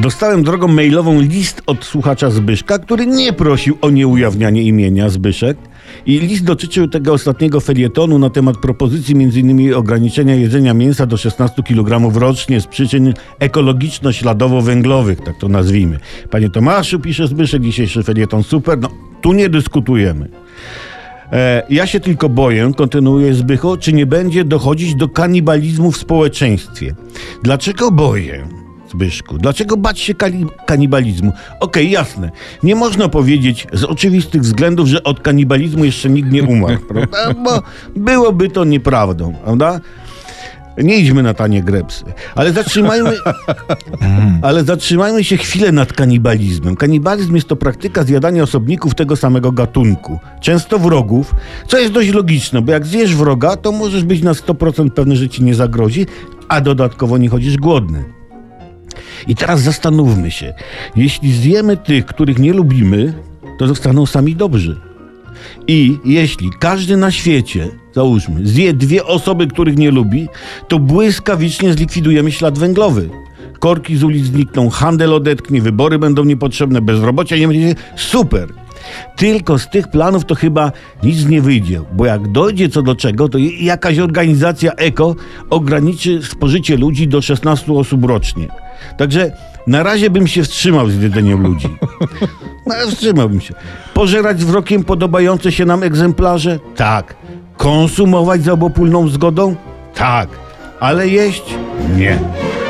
Dostałem drogą mailową list od słuchacza Zbyszka, który nie prosił o nieujawnianie imienia Zbyszek. I list dotyczył tego ostatniego felietonu na temat propozycji m.in. ograniczenia jedzenia mięsa do 16 kg rocznie z przyczyn ekologiczno-śladowo-węglowych, tak to nazwijmy. Panie Tomaszu, pisze Zbyszek, dzisiejszy felieton super, no tu nie dyskutujemy. Ja się tylko boję, kontynuuje Zbycho, czy nie będzie dochodzić do kanibalizmu w społeczeństwie. Dlaczego boję? Zbyszku, dlaczego bać się kanibalizmu? Okej, jasne. Nie można powiedzieć z oczywistych względów, że od kanibalizmu jeszcze nikt nie umarł, prawda? Bo byłoby to nieprawdą, prawda? Nie idźmy na tanie grepsy. Ale zatrzymajmy się chwilę nad kanibalizmem. Kanibalizm jest to praktyka zjadania osobników tego samego gatunku. Często wrogów, co jest dość logiczne, bo jak zjesz wroga, to możesz być na 100% pewny, że ci nie zagrozi, a dodatkowo nie chodzisz głodny. I teraz zastanówmy się. Jeśli zjemy tych, których nie lubimy, to zostaną sami dobrzy. I jeśli każdy na świecie, załóżmy, zje 2 osoby, których nie lubi, to błyskawicznie zlikwidujemy ślad węglowy. Korki z ulic znikną, handel odetchnie, wybory będą niepotrzebne, bezrobocia nie będzie. Super! Tylko z tych planów to chyba nic nie wyjdzie, bo jak dojdzie co do czego, to jakaś organizacja eko ograniczy spożycie ludzi do 16 osób rocznie. Także na razie bym się wstrzymał z jedzeniem ludzi. No, wstrzymałbym się. Pożerać z wzrokiem podobające się nam egzemplarze? Tak. Konsumować za obopólną zgodą? Tak. Ale jeść? Nie.